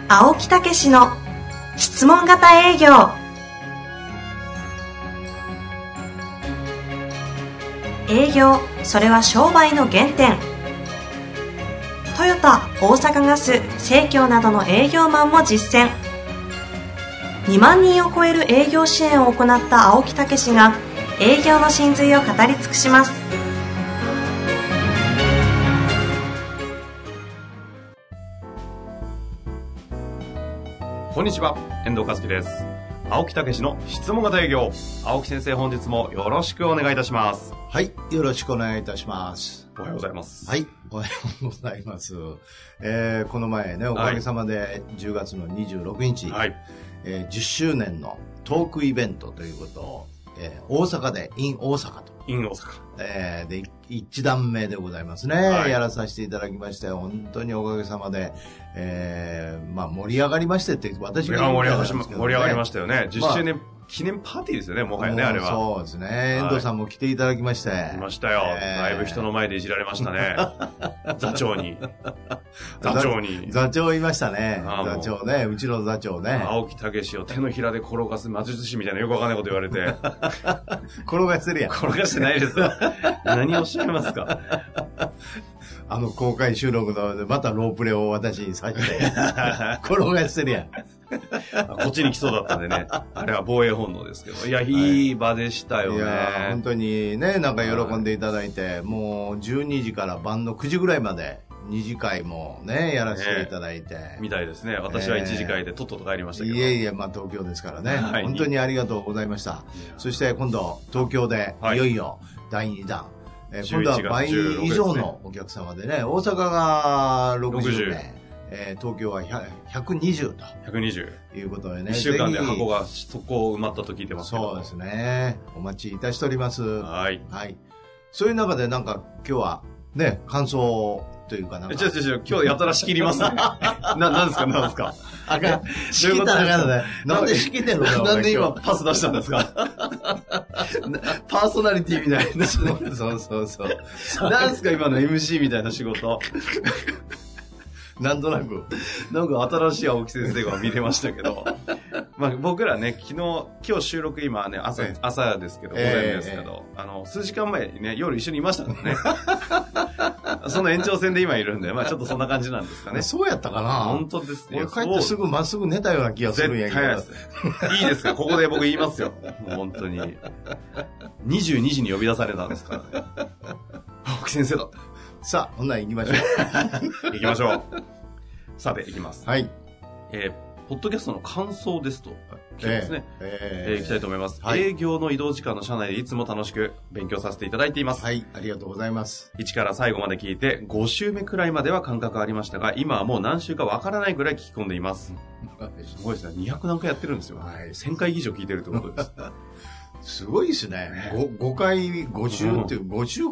青木武の質問型営業。営業、それは商売の原点。トヨタ、大阪ガス、生協などの営業マンも実践。2万人を超える営業支援を行った青木武が営業の真髄を語り尽くします。 こんにちは、遠藤和樹です。青木武の質問型営業。青木先生、本日もよろしくお願いいたします。 はい、よろしくお願いいたします。 おはようございます。 はい、おはようございます。この前ね、おかげさまで10月の26日、はい、10周年のトークイベントということを、大阪で in 大阪と。 in 大阪。 で、一段目でございますね、はい。やらさせていただきまして、本当におかげさまで、盛り上がりましてって、私が言うんですけどね、 盛り上がりましたよね。10周年、記念パーティーですよね、もはやね、あれは。 そうですね。遠藤さんも来ていただきまして。 来ましたよ。だいぶ人の前でいじられましたね。座長に。座長いましたね。座長ね。うちの座長ね。 青木武を手のひらで転がす魔術師みたいなよくわかんないこと言われて。 転がしてるやん。 転がしてないです。何をおっしゃいますか。 公開収録ので、またロープレを私にさして、転がしてるやん。 こっちに来そうだったんでね。あれは防衛本能ですけど。いや、いい場でしたよね。いや、 本当にね、なんか喜んでいただいて、もう12時から晩の9時ぐらいまで、2次会もね、やらせていただいて。 みたいですね。私は1次会でとっとと帰りましたけど。 いえいえ、東京ですからね。はい、本当にありがとうございました。そして今度、東京で、いよいよ第2弾。今度は倍以上のお客様でね、大阪が60名、東京は120と。 120。 いうことでね。 1週間で箱がそこを埋まったと聞いてますけど。 そうですね。お待ちいたしております。 はい。 はい。そういう中でなんか今日はね、感想というかなんか。 今日やたら仕切りますね。なんですかあかん。仕切ったらあかんね。なんで仕切ってんのかなんで今パス出したんですかパーソナリティみたいな。 そう。 なんすか今の MC みたいな仕事。 なんとなく。 なんか新しい青木先生が見れましたけど。僕らね、今日収録今ね、朝ですけど、午前ですけど、数時間前にね、夜一緒にいましたからね。その延長線で今いるんで、ちょっとそんな感じなんですかね。 そうやったかな。 本当ですね。 俺帰ってすぐまっすぐ寝たような気がするんやけど。 いいですかここで僕言いますよ。もう本当に。22時に呼び出されたんですからね。青木先生だ。 さあ、ほんなら行きましょう。 行きましょう。さて、行きます。 はい。 ポッドキャストの感想ですと、聞きますね。行きたいと思います。 はい、 営業の移動時間の車内でいつも楽しく勉強させていただいています。 はい、ありがとうございます。 1から最後まで聞いて、5週目くらいまでは感覚ありましたが、今はもう何週かわからないくらい聞き込んでいます。すごいですね。200何回やってるんですよ。はい、1000回以上聞いてるってことです。 すごいですね。5回、5週っていう、5週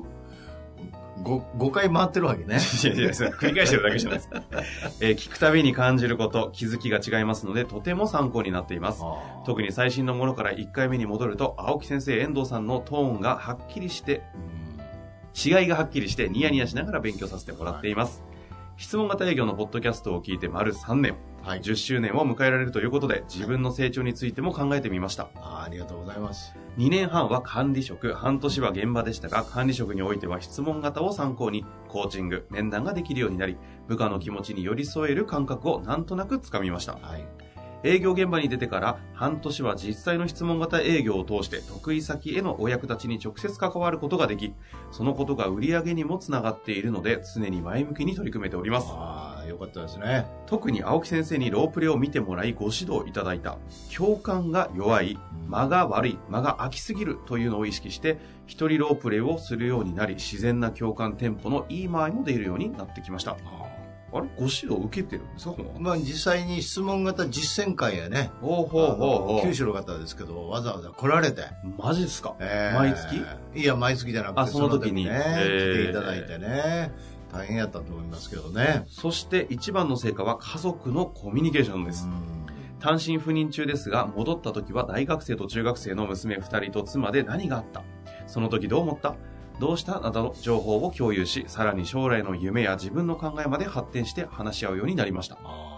5回回ってるわけね。 いや、繰り返してるだけじゃないですか。聞くたびに感じること、気づきが違いますので、とても参考になっています。特に最新のものから1回目に戻ると、青木先生、遠藤さんのトーンがはっきりして、違いがはっきりして、ニヤニヤしながら勉強させてもらっています。質問型営業のポッドキャストを聞いて丸3年、10周年を迎えられるということで、自分の成長についても考えてみました。 ありがとうございます。 2年半は管理職、半年は現場でしたが、管理職においては質問型を参考に、コーチング、面談ができるようになり、部下の気持ちに寄り添える感覚をなんとなくつかみました。営業現場に出てから半年は実際の質問型営業を通して得意先へのお役立ちに直接関わることができ、そのことが売り上げにもつながっているので常に前向きに取り組めております。 よかったですね。 特に青木先生にロープレを見てもらいご指導いただいた共感が弱い、間が悪い、間が空きすぎるというのを意識して一人ロープレをするようになり、自然な共感テンポのいい間合いも出るようになってきました。あれご指導受けてるんですか？ 実際に質問型実践会やね。九州の方ですけど、わざわざ来られて。 マジですか？毎月？ いや、毎月じゃなくて、 その時に来ていただいてね。大変やったと思いますけどね。 そして一番の成果は家族のコミュニケーションです。単身赴任中ですが、戻った時は大学生と中学生の娘2人と妻で何があった？その時どう思った？どうしたなどの情報を共有し、さらに将来の夢や自分の考えまで発展して話し合うようになりました。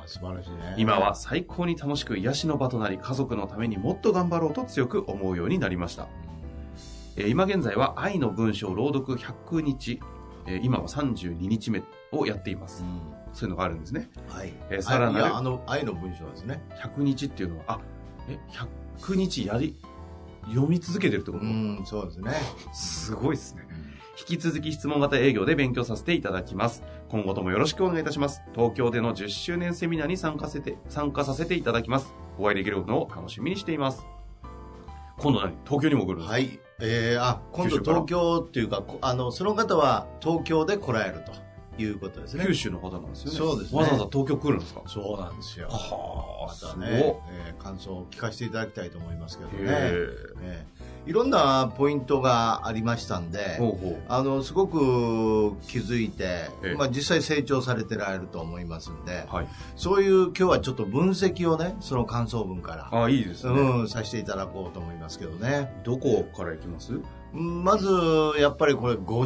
素晴らしいね。 今は最高に楽しく癒しの場となり、家族のためにもっと頑張ろうと強く思うようになりました。今現在は愛の文章朗読100日、今は32日目をやっています。そういうのがあるんですね。 はい。 さらなる。 愛の文章ですね。 100日っていうのは、100日読み続けてるってこと？ そうですね。 すごいですね。引き続き質問型営業で勉強させていただきます。今後ともよろしくお願いいたします。東京での10周年セミナーに参加させていただきます。お会いできるのを楽しみにしています。今度東京にも来るんですか？ はい。今度東京っていうか、その方は東京で来られるということですね。 九州の方なんですよね。 そうですね。 わざわざ東京来るんですか？ そうなんですよ。 はあ、またね、感想を聞かせていただきたいと思いますけどね。いろんなポイントがありましたんで、すごく気づいて、実際成長されてられると思いますんで、そういう今日はちょっと分析をね、その感想文から、 いいですね。 させていただこうと思いますけどね。 どこからいきます？ まず、やっぱりこれ5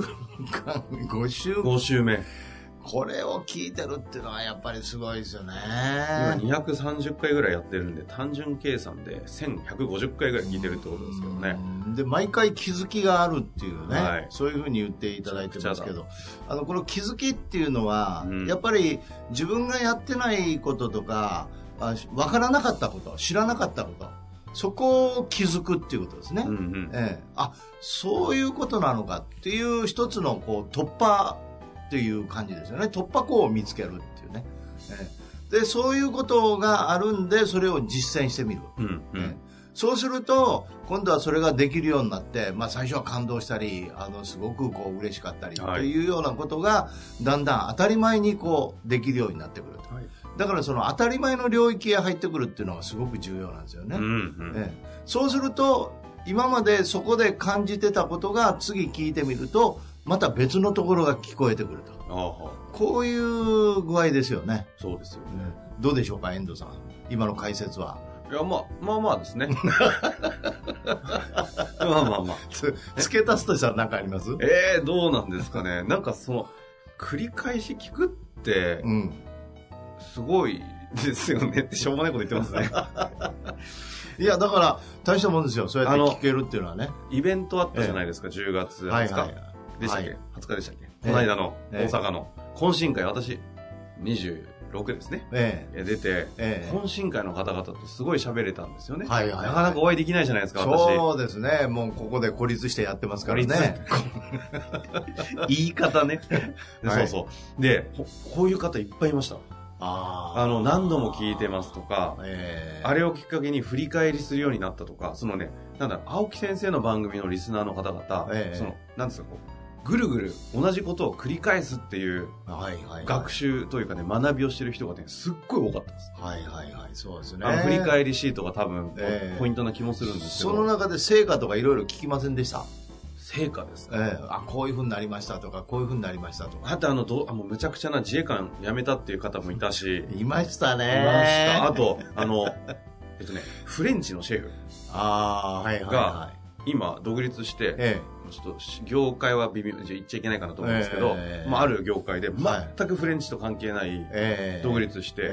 週目。これを聞いてるっていうのはやっぱりすごいですよね。 今230回ぐらいやってるんで、単純計算で1150回ぐらい聞いてるってことですけどね。 で、毎回気づきがあるっていうね、そういうふうに言っていただいてますけど、この気づきっていうのは、やっぱり自分がやってないこととか、わからなかったこと、知らなかったこと、そこを気づくっていうことですね。そういうことなのかっていう一つの突破っていう感じですよね。突破口を見つけるっていうね。で、そういうことがあるんで、それを実践してみる。そうすると、今度はそれができるようになって、最初は感動したり、すごく嬉しかったりというようなことが、だんだん当たり前にできるようになってくると。だからその当たり前の領域へ入ってくるっていうのがすごく重要なんですよね。そうすると、今までそこで感じてたことが次聞いてみると、また別のところが聞こえてくると。こういう具合ですよね。 そうですよね。 どうでしょうか、遠藤さん。今の解説は。 いや、まあですね。 付け足すとしたら何かあります？ どうなんですかね。なんか繰り返し聞くって、すごいですよねってしょうもないこと言ってますね。 いや、だから大したもんですよ。そうやって聞けるっていうのはね。 イベントあったじゃないですか、10月20日でしたっけ、20日でしたっけ、この間の大阪の懇親会、私26ですね、出て、懇親会の方々とすごい喋れたんですよね。なかなかお会いできないじゃないですか、私。 そうですね。もうここで孤立してやってますからね。 言い方ね。そうそう。で、こういう方いっぱいいました。何度も聞いてますとか、あれをきっかけに振り返りするようになったとか、青木先生の番組のリスナーの方々、なんですか、ぐるぐる同じことを繰り返すっていう学習というかね、学びをしてる人がね、すっごい多かったです。 そうですね。 振り返りシートが多分、ポイントな気もするんですけど。 その中で成果とかいろいろ聞きませんでした？ 成果ですか？ こういう風になりましたとか、こういう風になりましたとか。 あともうむちゃくちゃな自衛官辞めたっていう方もいたし。 いましたね。 あと、フレンチのシェフが、今、独立して、ちょっと、業界は微妙、言っちゃいけないかなと思うんですけど、ある業界で全くフレンチと関係ない、独立して、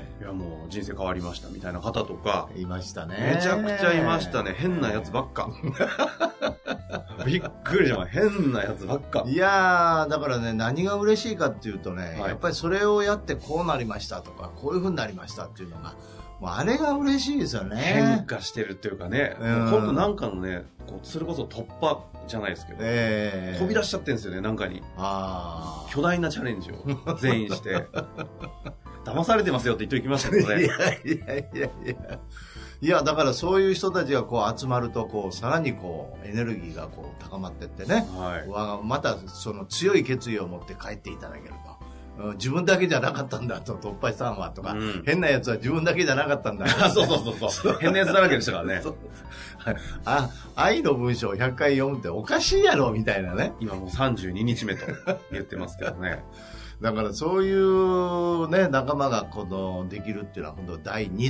いやもう人生変わりましたみたいな方とか、 いましたね。 めちゃくちゃいましたね。変なやつばっか。びっくりしました。変なやつばっか。 いやー、だからね、何が嬉しいかっていうとね、やっぱりそれをやってこうなりましたとか、こういう風になりましたっていうのが、もうあれが嬉しいですよね。 変化してるっていうかね、本当なんかのね、それこそ突破じゃないですけど、飛び出しちゃってるんですよね、なんかに。巨大なチャレンジを全員して。騙されてますよって言っておきましたけどね。 いや、だからそういう人たちが集まると、さらにエネルギーが高まってってね、またその強い決意を持って帰っていただけると。自分だけじゃなかったんだと、突破したんはとか、変なやつは自分だけじゃなかったんだ。 そう。変なやつだらけでしたからね。 愛の文章を100回読むっておかしいやろみたいなね。 今もう32日目と言ってますけどね。 だからそういうね、仲間ができるっていうのは本当第2弾。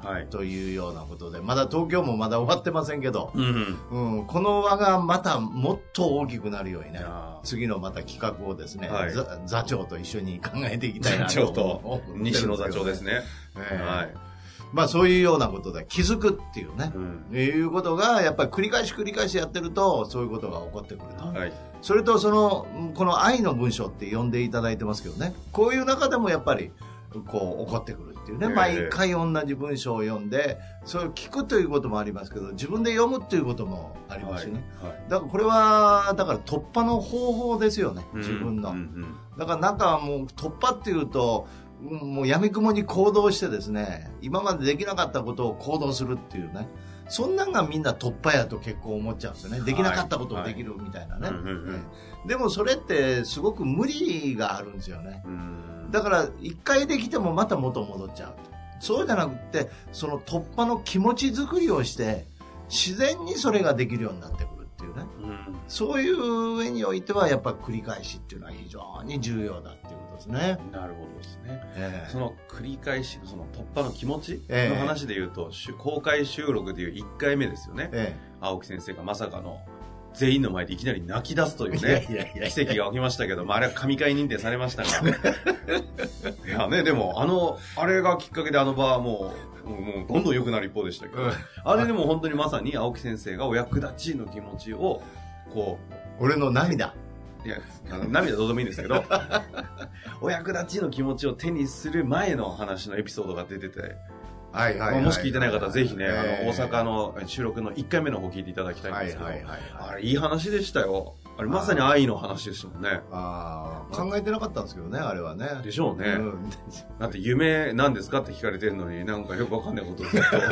というようなことで、まだ東京もまだ終わってませんけど、この輪がまたもっと大きくなるようにね、次のまた企画をですね、座長と一緒に考えていきたいなと。 座長と西野座長ですね。 まあそういうようなことで気づくっていうね、いうことがやっぱり繰り返しやってるとそういうことが起こってくると。それとこの愛の文章って呼んでいただいてますけどね、こういう中でもやっぱりこう起こってくるっていうね、毎回同じ文章を読んでそれを聞くということもありますけど、自分で読むっていうこともありますしね、だからこれはだから突破の方法ですよね、自分の。だからなんかもう突破っていうともう闇雲に行動してですね、今までできなかったことを行動するっていうね、そんなんがみんな突破やと結構思っちゃうんですよね。できなかったことをできるみたいなね。でもそれってすごく無理があるんですよね。だから一回できてもまた元戻っちゃう。そうじゃなくて、その突破の気持ち作りをして自然にそれができるようになってくるっていうね、そういう上においてはやっぱり繰り返しっていうのは非常に重要だっていうことですね。 なるほどですね。その繰り返し、その突破の気持ちの話で言うと、公開収録でいう1回目ですよね。青木先生がまさかの全員の前でいきなり泣き出すというね、奇跡が起きましたけど、あれは神回認定されましたが。いやね、でもあれがきっかけであの場はもうどんどん良くなる一方でしたけど、あれでも本当にまさに青木先生がお役立ちの気持ちを、 俺の涙。 いや、涙どうでもいいんですけど、お役立ちの気持ちを手にする前の話のエピソードが出てて、もし聞いてない方はぜひね、大阪の収録の1回目の方聞いていただきたいんですけど、あれいい話でしたよ。あれまさに愛の話でしたもんね。 考えてなかったんですけどね、あれはね。 でしょうね。だって夢何ですかって聞かれてるのに、なんかよくわかんないことをずっと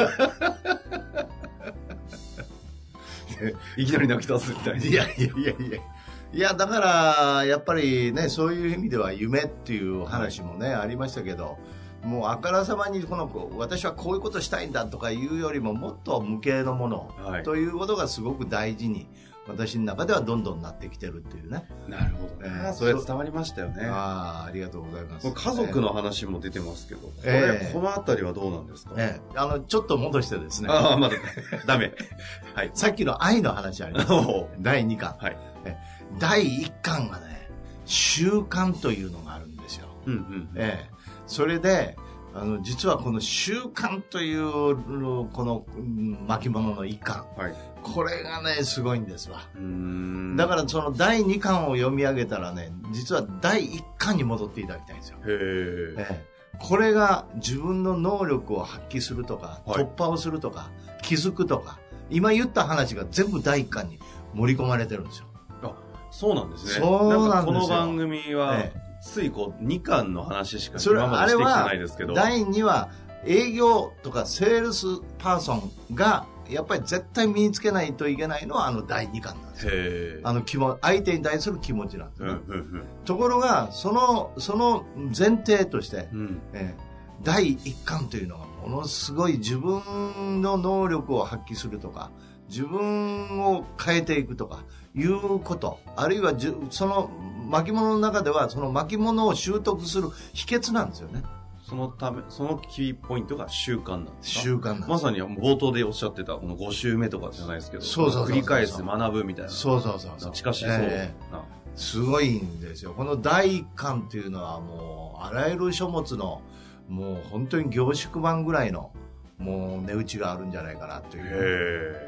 いきなり泣き出すみたいな。 いや、だからやっぱりね、そういう意味では夢っていう話もね、ありましたけど、もうあからさまに私はこういうことしたいんだとかいうよりも、もっと無形のものということがすごく大事に私の中ではどんどんなってきてるっていうね。 なるほどね。それ伝わりましたよね。 ありがとうございます。 家族の話も出てますけど、このあたりはどうなんですか？ ちょっと戻してですね。 まだダメ。 さっきの愛の話あります。第2巻。第1巻がね、習慣というのがあるんですよ。それで実はこの習慣というこの巻物の1巻、これがねすごいんですわ。だからその第2巻を読み上げたらね、実は第1巻に戻っていただきたいんですよ。これが自分の能力を発揮するとか、突破をするとか気づくとか、今言った話が全部第1巻に盛り込まれてるんですよ。 そうなんですね。 そうなんですよ。 この番組は、つい2巻の話しか今までしてきてないですけど。 第2話、営業とかセールスパーソンがやっぱり絶対身につけないといけないのは第2巻なんですよ。相手に対する気持ちなんですね。ところがその前提として、第1巻というのがものすごい自分の能力を発揮するとか、自分を変えていくとかいうこと、あるいはその巻物の中ではその巻物を習得する秘訣なんですよね。 そのキーポイントが習慣なんですか？ 習慣なんです。 まさに冒頭でおっしゃってたこの5週目とかじゃないですけど、繰り返す、学ぶみたいな。近しそうな。 すごいんですよ。この第1巻っていうのはもうあらゆる書物のもう本当に凝縮版ぐらいのもう値打ちがあるんじゃないかなという。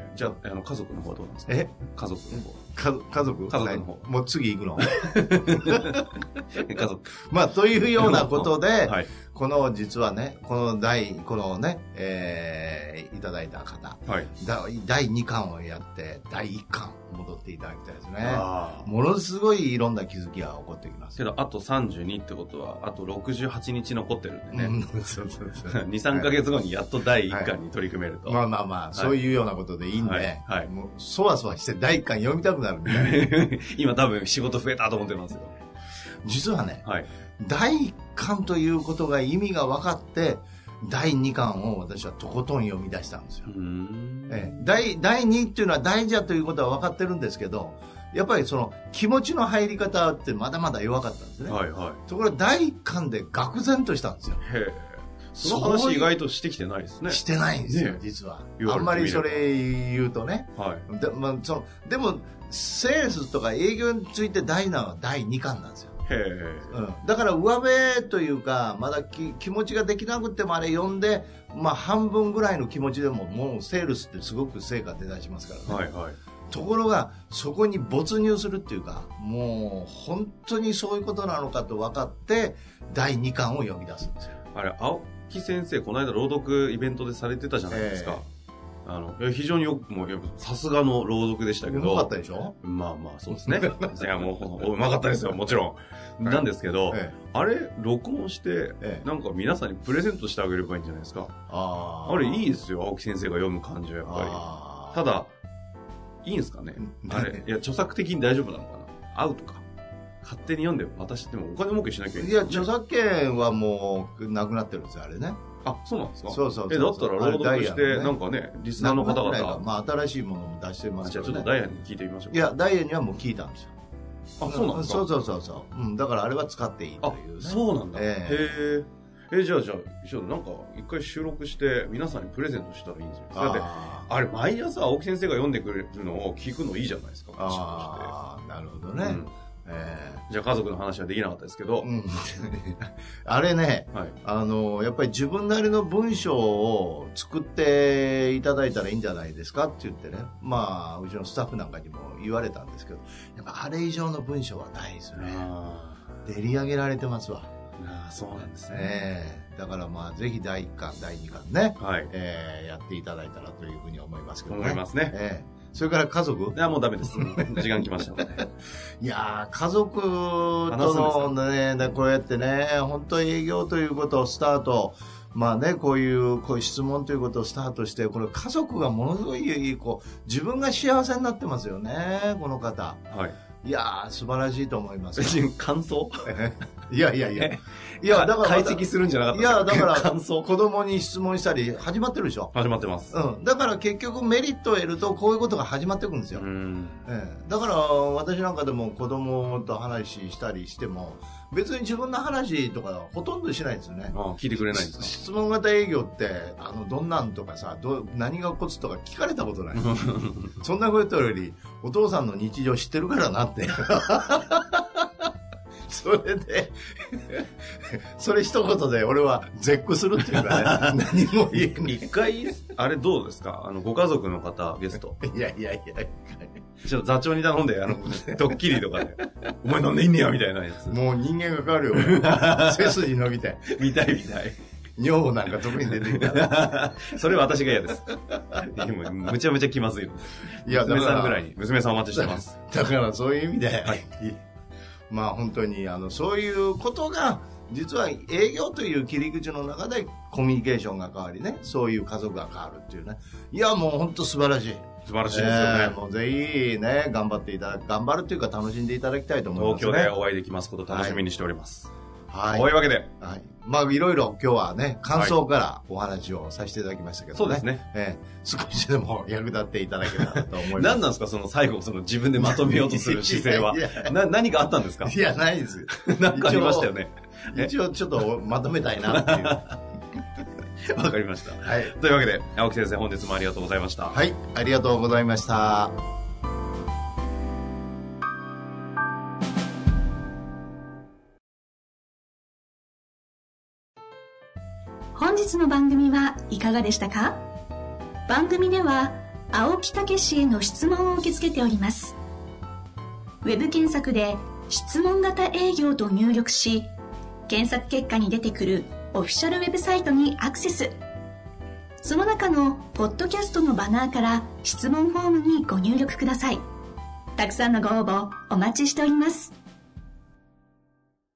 じゃあ家族の方はどうなんですか？家族の方。 家族の方。 もう次行くの家族。 というようなことで、この実はね、このね、いただいた方、第2巻をやって第1巻戻っていただきたいですね。ものすごいいろんな気づきが起こってきます。 けどあと32ってことはあと68日残ってるんでね。 そう 2、3ヶ月後にやっと第1巻に取り組めると。 そういうようなことでいいんで、もうそわそわして第1巻読みたくなるみたいな。 今多分仕事増えたと思ってますよ。 実はね、第1巻ということが意味が分かって第2巻を私はとことん読み出したんですよ。第2っていうのは大事だということは分かってるんですけど、やっぱりその気持ちの入り方ってまだまだ弱かったんですね。ところが第1巻で愕然としたんですよ。 その話意外としてきてないですね。 してないんですよ、実は。あんまりそれ言うとね。はい。でも、セールスとか営業について大事なのは第2巻なんですよ。だから上辺というか、まだ気持ちができなくてもあれ読んで、半分ぐらいの気持ちでももうセールスってすごく成果出だしますからね。はいはい。ところがそこに没入するっていうか、もう本当にそういうことなのかと分かって第2巻を読み出すんですよ。 あれ、青木先生この間朗読イベントでされてたじゃないですか。非常によく、もうさすがの朗読でしたけど。 うまかったでしょ？ まあそうですね。いやもううまかったですよ、もちろん。なんですけど、あれ録音して、なんか皆さんにプレゼントしてあげればいいんじゃないですか。あれいいですよ、青木先生が読む感じはやっぱり。ただいいんですかね。あれ、いや著作的に大丈夫なのかな。アウトか。勝手に読んで私ってもお金儲けしなきゃいけない。 いや著作権はもうなくなってるんですよ、あれね。 あ、そうなんですか。 そう。 だったら朗読して、なんかね、リスナーの方々。 新しいものも出してますからね。 じゃあちょっとダイヤに聞いてみましょうか。 いや、ダイヤにはもう聞いたんですよ。 あ、そうなんですか。 そう。だからあれは使っていいという、ね。 そうなんだ。へえ。じゃあ、なんか、一回収録して、皆さんにプレゼントしたらいいんですよ。だって、あれ、毎朝青木先生が読んでくれるのを聞くのいいじゃないですか。 なるほどね。 じゃあ家族の話はできなかったですけど、 あれね、やっぱり自分なりの文章を作っていただいたらいいんじゃないですかって言ってね、うちのスタッフなんかにも言われたんですけど、やっぱあれ以上の文章はないですね。練り上げられてますわ。 そうなんですね。 だからぜひ第1巻第2巻ね、やっていただいたらというふうに思いますけどね。 思いますね。 それから家族？ いや、もうダメです。時間来ましたので。 いやー、家族とのね、こうやってね、本当営業ということをスタート、こういう質問ということをスタートして、これ家族がものすごい、自分が幸せになってますよね、この方。はい。いやー、素晴らしいと思います。 感想いや、 だから解析するんじゃなかったですか。 いや、だから子供に質問したり始まってるでしょ。 始まってます。 だから結局メリットを得るとこういうことが始まっていくんですよ。だから私なんかでも子供と話したりしても別に自分の話とかほとんどしないんですよね。 聞いてくれないんですか。 質問型営業ってどんなんとかさ、何がコツとか聞かれたことない。そんなことよりお父さんの日常知ってるからなってそれでそれ一言で俺は絶句するっていうかね、何も言えない。 一回あれどうですか、ご家族の方ゲスト。 いやちょっと座長に頼んでドッキリとかでお前なんでいんねやみたいなやつ。 もう人間が変わるよ。背筋伸びて見たい尿なんか特に出てきたらそれは私が嫌です。むちゃむちゃ気まずいの。いや、娘さんぐらいに娘さんお待ちしてます。 だからそういう意味で、本当にそういうことが実は営業という切り口の中でコミュニケーションが変わりね、そういう家族が変わるっていうね。いや、もう本当素晴らしい。 素晴らしいですよね。 もうぜひね、頑張るというか楽しんでいただきたいと思いますね。 東京でお会いできますこと楽しみにしております。 はい。 こういうわけで。 はい。いろいろ今日はね、感想からお話をさせていただきましたけどね。 そうですね。 少しでも役立っていただけたらと思います。 何なんですか、その最後、自分でまとめようとする姿勢は。何かあったんですか？ いや、ないです。 なんかありましたよね。 一応ちょっとまとめたいなっていう。 わかりました。はい。というわけで、青木先生、本日もありがとうございました。 はい。ありがとうございました。 本日の番組はいかがでしたか？番組では青木武氏への質問を受け付けております。ウェブ検索で質問型営業と入力し、検索結果に出てくるオフィシャルウェブサイトにアクセス。その中のポッドキャストのバナーから質問フォームにご入力ください。たくさんのご応募お待ちしております。